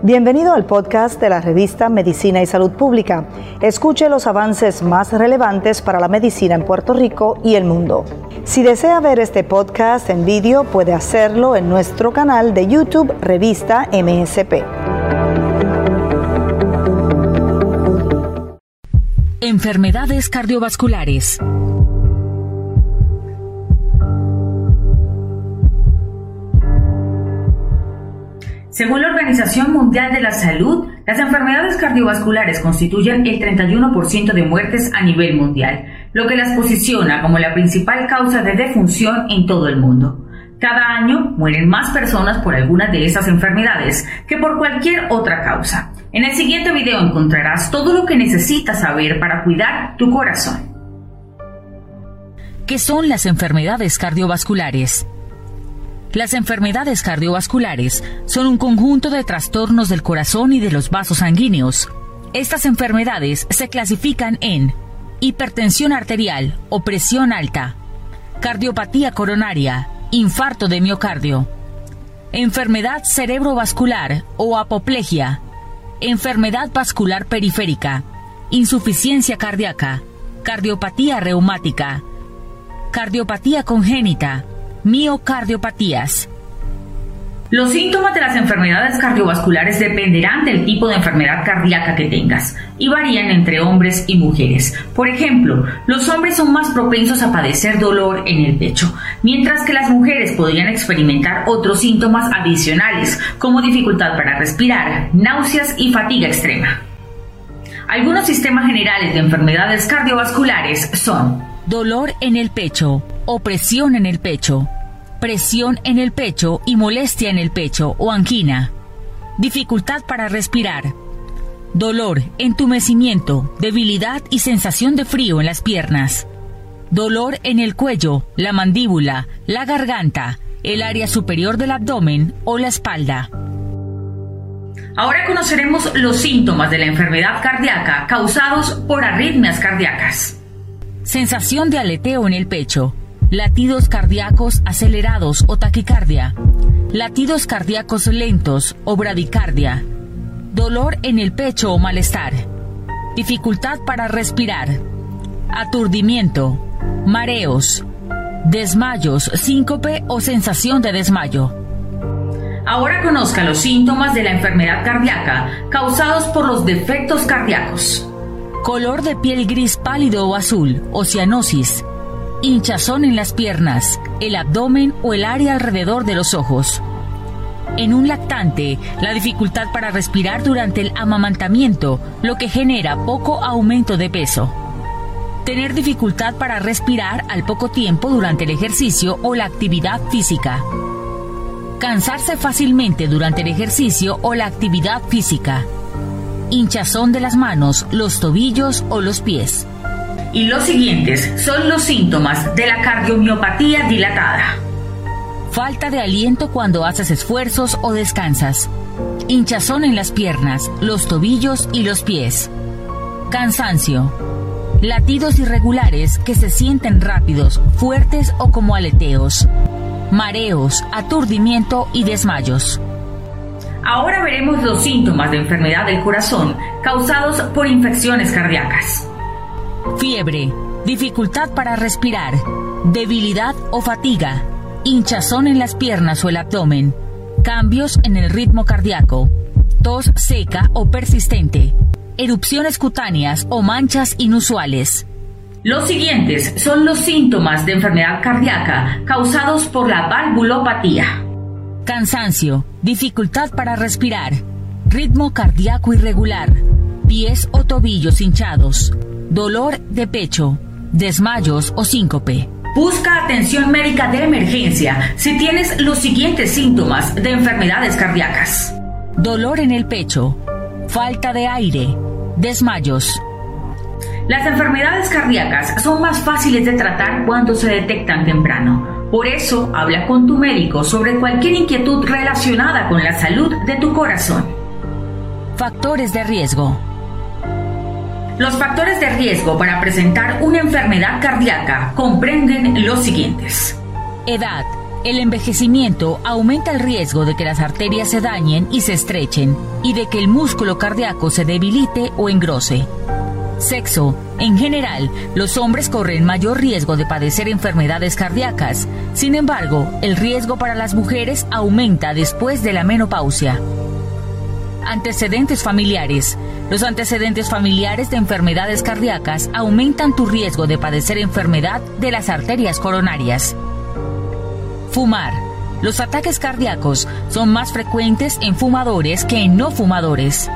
Bienvenido al podcast de la revista Medicina y Salud Pública. Escuche los avances más relevantes para la medicina en Puerto Rico y el mundo. Si desea ver este podcast en vídeo, puede hacerlo en nuestro canal de YouTube Revista MSP. Enfermedades cardiovasculares. Según la Organización Mundial de la Salud, las enfermedades cardiovasculares constituyen el 31% de muertes a nivel mundial, lo que las posiciona como la principal causa de defunción en todo el mundo. Cada año mueren más personas por algunas de esas enfermedades que por cualquier otra causa. En el siguiente video encontrarás todo lo que necesitas saber para cuidar tu corazón. ¿Qué son las enfermedades cardiovasculares? Las enfermedades cardiovasculares son un conjunto de trastornos del corazón y de los vasos sanguíneos. Estas enfermedades se clasifican en hipertensión arterial o presión alta, cardiopatía coronaria, infarto de miocardio, enfermedad cerebrovascular o apoplejía, enfermedad vascular periférica, insuficiencia cardíaca, cardiopatía reumática, cardiopatía congénita, miocardiopatías. Los síntomas de las enfermedades cardiovasculares dependerán del tipo de enfermedad cardíaca que tengas y varían entre hombres y mujeres. Por ejemplo, los hombres son más propensos a padecer dolor en el pecho, mientras que las mujeres podrían experimentar otros síntomas adicionales, como dificultad para respirar, náuseas y fatiga extrema. Algunos sistemas generales de enfermedades cardiovasculares son dolor en el pecho, opresión en el pecho, presión en el pecho y molestia en el pecho o angina, dificultad para respirar, dolor, entumecimiento, debilidad y sensación de frío en las piernas, dolor en el cuello, la mandíbula, la garganta, el área superior del abdomen o la espalda. Ahora conoceremos los síntomas de la enfermedad cardíaca causados por arritmias cardíacas. Sensación de aleteo en el pecho, latidos cardíacos acelerados o taquicardia, latidos cardíacos lentos o bradicardia, dolor en el pecho o malestar, dificultad para respirar, aturdimiento, mareos, desmayos, síncope o sensación de desmayo. Ahora conozca los síntomas de la enfermedad cardíaca causados por los defectos cardíacos. Color de piel gris pálido o azul, o cianosis, hinchazón en las piernas, el abdomen o el área alrededor de los ojos. En un lactante, la dificultad para respirar durante el amamantamiento, lo que genera poco aumento de peso. Tener dificultad para respirar al poco tiempo durante el ejercicio o la actividad física. Cansarse fácilmente durante el ejercicio o la actividad física. Hinchazón de las manos, los tobillos o los pies. Y los siguientes son los síntomas de la cardiomiopatía dilatada. Falta de aliento cuando haces esfuerzos o descansas. Hinchazón en las piernas, los tobillos y los pies. Cansancio. Latidos irregulares que se sienten rápidos, fuertes o como aleteos. Mareos, aturdimiento y desmayos. Ahora veremos los síntomas de enfermedad del corazón causados por infecciones cardíacas. Fiebre, dificultad para respirar, debilidad o fatiga, hinchazón en las piernas o el abdomen, cambios en el ritmo cardíaco, tos seca o persistente, erupciones cutáneas o manchas inusuales. Los siguientes son los síntomas de enfermedad cardíaca causados por la valvulopatía. Cansancio, dificultad para respirar, ritmo cardíaco irregular, pies o tobillos hinchados, dolor de pecho, desmayos o síncope. Busca atención médica de emergencia si tienes los siguientes síntomas de enfermedades cardíacas. Dolor en el pecho, falta de aire, desmayos. Las enfermedades cardíacas son más fáciles de tratar cuando se detectan temprano. Por eso, habla con tu médico sobre cualquier inquietud relacionada con la salud de tu corazón. Factores de riesgo. Los factores de riesgo para presentar una enfermedad cardíaca comprenden los siguientes. Edad, El envejecimiento aumenta el riesgo de que las arterias se dañen y se estrechen y de que el músculo cardíaco se debilite o engrose. Sexo. En general, los hombres corren mayor riesgo de padecer enfermedades cardíacas. Sin embargo, el riesgo para las mujeres aumenta después de la menopausia. Antecedentes familiares. Los antecedentes familiares de enfermedades cardíacas aumentan tu riesgo de padecer enfermedad de las arterias coronarias. Fumar. Los ataques cardíacos son más frecuentes en fumadores que en no fumadores.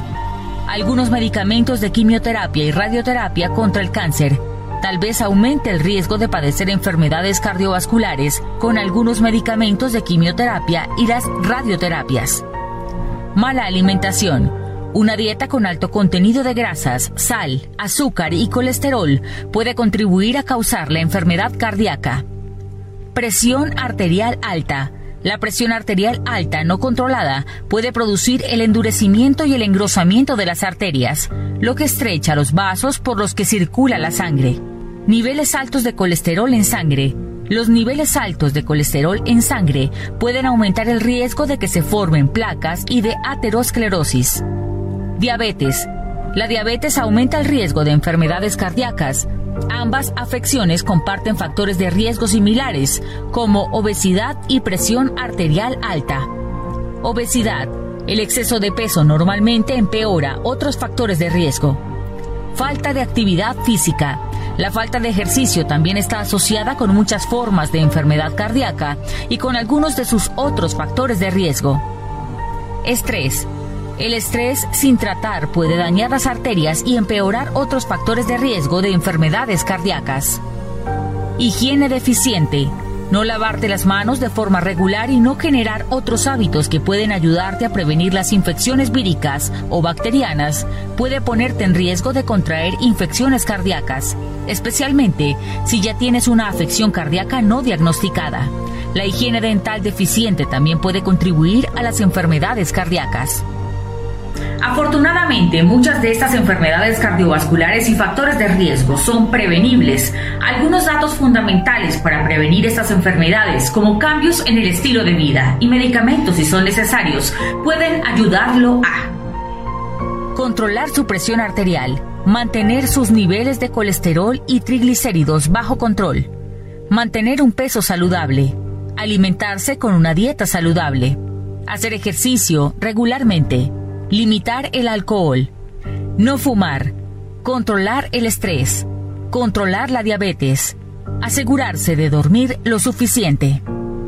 Algunos medicamentos de quimioterapia y radioterapia contra el cáncer tal vez aumente el riesgo de padecer enfermedades cardiovasculares con algunos medicamentos de quimioterapia y las radioterapias. Mala alimentación. Una dieta con alto contenido de grasas, sal, azúcar y colesterol puede contribuir a causar la enfermedad cardíaca. Presión arterial alta. La presión arterial alta no controlada puede producir el endurecimiento y el engrosamiento de las arterias, lo que estrecha los vasos por los que circula la sangre. Niveles altos de colesterol en sangre. Los niveles altos de colesterol en sangre pueden aumentar el riesgo de que se formen placas y de aterosclerosis. Diabetes. La diabetes aumenta el riesgo de enfermedades cardíacas. Ambas afecciones comparten factores de riesgo similares, como obesidad y presión arterial alta. Obesidad. El exceso de peso normalmente empeora otros factores de riesgo. Falta de actividad física. La falta de ejercicio también está asociada con muchas formas de enfermedad cardíaca y con algunos de sus otros factores de riesgo. Estrés. El estrés sin tratar puede dañar las arterias y empeorar otros factores de riesgo de enfermedades cardíacas. Higiene deficiente. No lavarte las manos de forma regular y no generar otros hábitos que pueden ayudarte a prevenir las infecciones víricas o bacterianas puede ponerte en riesgo de contraer infecciones cardíacas, especialmente si ya tienes una afección cardíaca no diagnosticada. La higiene dental deficiente también puede contribuir a las enfermedades cardíacas. Afortunadamente, muchas de estas enfermedades cardiovasculares y factores de riesgo son prevenibles. Algunos datos fundamentales para prevenir estas enfermedades, como cambios en el estilo de vida y medicamentos si son necesarios, pueden ayudarlo a controlar su presión arterial, mantener sus niveles de colesterol y triglicéridos bajo control, mantener un peso saludable, alimentarse con una dieta saludable, hacer ejercicio regularmente, limitar el alcohol, no fumar, controlar el estrés, controlar la diabetes, asegurarse de dormir lo suficiente.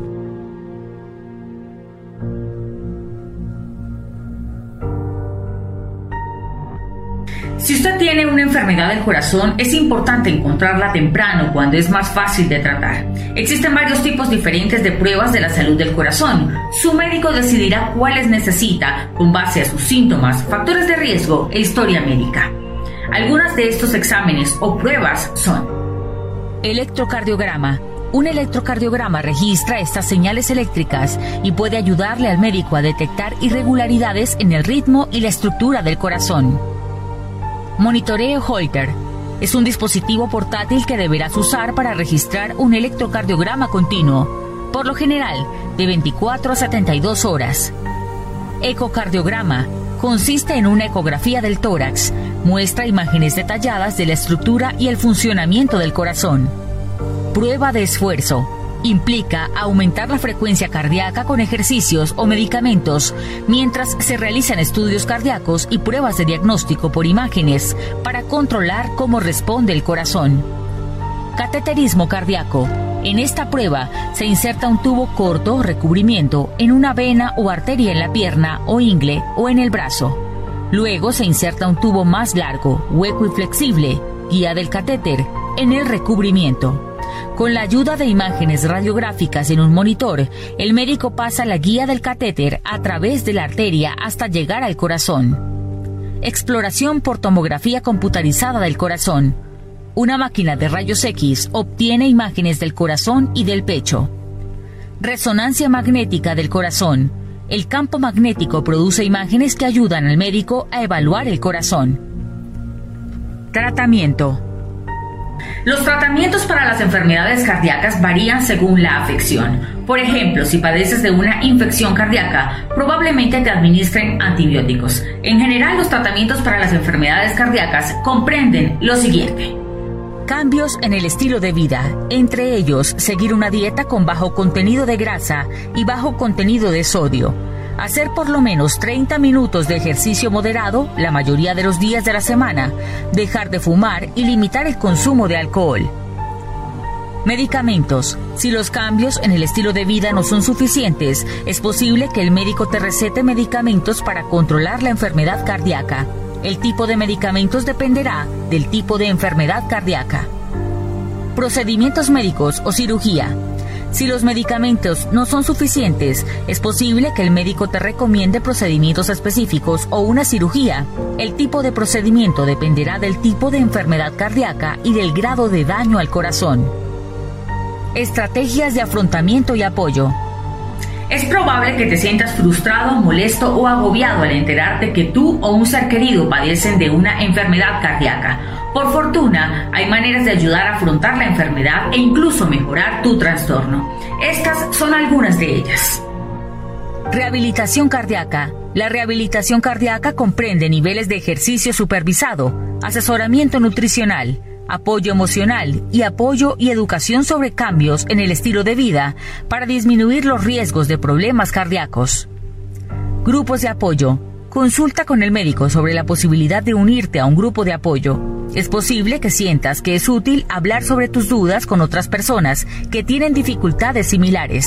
Si usted tiene una enfermedad del corazón, es importante encontrarla temprano cuando es más fácil de tratar. Existen varios tipos diferentes de pruebas de la salud del corazón. Su médico decidirá cuáles necesita con base a sus síntomas, factores de riesgo e historia médica. Algunas de estos exámenes o pruebas son: electrocardiograma. Un electrocardiograma registra estas señales eléctricas y puede ayudarle al médico a detectar irregularidades en el ritmo y la estructura del corazón. Monitoreo Holter. Es un dispositivo portátil que deberás usar para registrar un electrocardiograma continuo, por lo general de 24 a 72 horas. Ecocardiograma. Consiste en una ecografía del tórax. Muestra imágenes detalladas de la estructura y el funcionamiento del corazón. Prueba de esfuerzo. Implica aumentar la frecuencia cardíaca con ejercicios o medicamentos mientras se realizan estudios cardíacos y pruebas de diagnóstico por imágenes para controlar cómo responde el corazón. Cateterismo cardíaco. En esta prueba se inserta un tubo corto o recubrimiento en una vena o arteria en la pierna o ingle o en el brazo. Luego se inserta un tubo más largo, hueco y flexible, guía del catéter, en el recubrimiento. Con la ayuda de imágenes radiográficas en un monitor, el médico pasa la guía del catéter a través de la arteria hasta llegar al corazón. Exploración por tomografía computarizada del corazón. Una máquina de rayos X obtiene imágenes del corazón y del pecho. Resonancia magnética del corazón. El campo magnético produce imágenes que ayudan al médico a evaluar el corazón. Tratamiento. Los tratamientos para las enfermedades cardíacas varían según la afección. Por ejemplo, si padeces de una infección cardíaca, probablemente te administren antibióticos. En general, los tratamientos para las enfermedades cardíacas comprenden lo siguiente. Cambios en el estilo de vida, entre ellos seguir una dieta con bajo contenido de grasa y bajo contenido de sodio. Hacer por lo menos 30 minutos de ejercicio moderado la mayoría de los días de la semana. Dejar de fumar y limitar el consumo de alcohol. Medicamentos. Si los cambios en el estilo de vida no son suficientes, es posible que el médico te recete medicamentos para controlar la enfermedad cardíaca. El tipo de medicamentos dependerá del tipo de enfermedad cardíaca. Procedimientos médicos o cirugía. Si los medicamentos no son suficientes, es posible que el médico te recomiende procedimientos específicos o una cirugía. El tipo de procedimiento dependerá del tipo de enfermedad cardíaca y del grado de daño al corazón. Estrategias de afrontamiento y apoyo. Es probable que te sientas frustrado, molesto o agobiado al enterarte que tú o un ser querido padecen de una enfermedad cardíaca. Por fortuna, hay maneras de ayudar a afrontar la enfermedad e incluso mejorar tu trastorno. Estas son algunas de ellas. Rehabilitación cardíaca. La rehabilitación cardíaca comprende niveles de ejercicio supervisado, asesoramiento nutricional, apoyo emocional y apoyo y educación sobre cambios en el estilo de vida para disminuir los riesgos de problemas cardíacos. Grupos de apoyo. Consulta con el médico sobre la posibilidad de unirte a un grupo de apoyo. Es posible que sientas que es útil hablar sobre tus dudas con otras personas que tienen dificultades similares.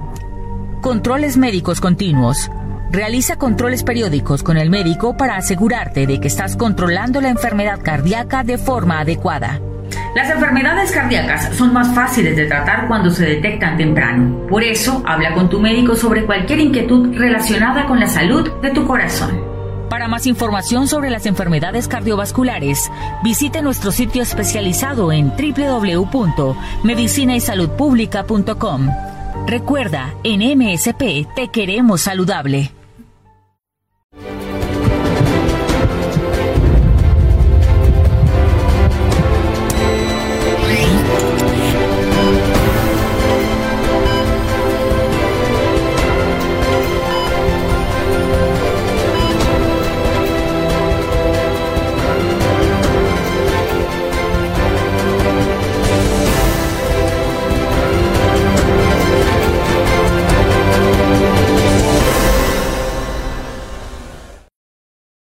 Controles médicos continuos. Realiza controles periódicos con el médico para asegurarte de que estás controlando la enfermedad cardíaca de forma adecuada. Las enfermedades cardíacas son más fáciles de tratar cuando se detectan temprano. Por eso, habla con tu médico sobre cualquier inquietud relacionada con la salud de tu corazón. Para más información sobre las enfermedades cardiovasculares, visite nuestro sitio especializado en www.medicinaysaludpublica.com. Recuerda, en MSP te queremos saludable.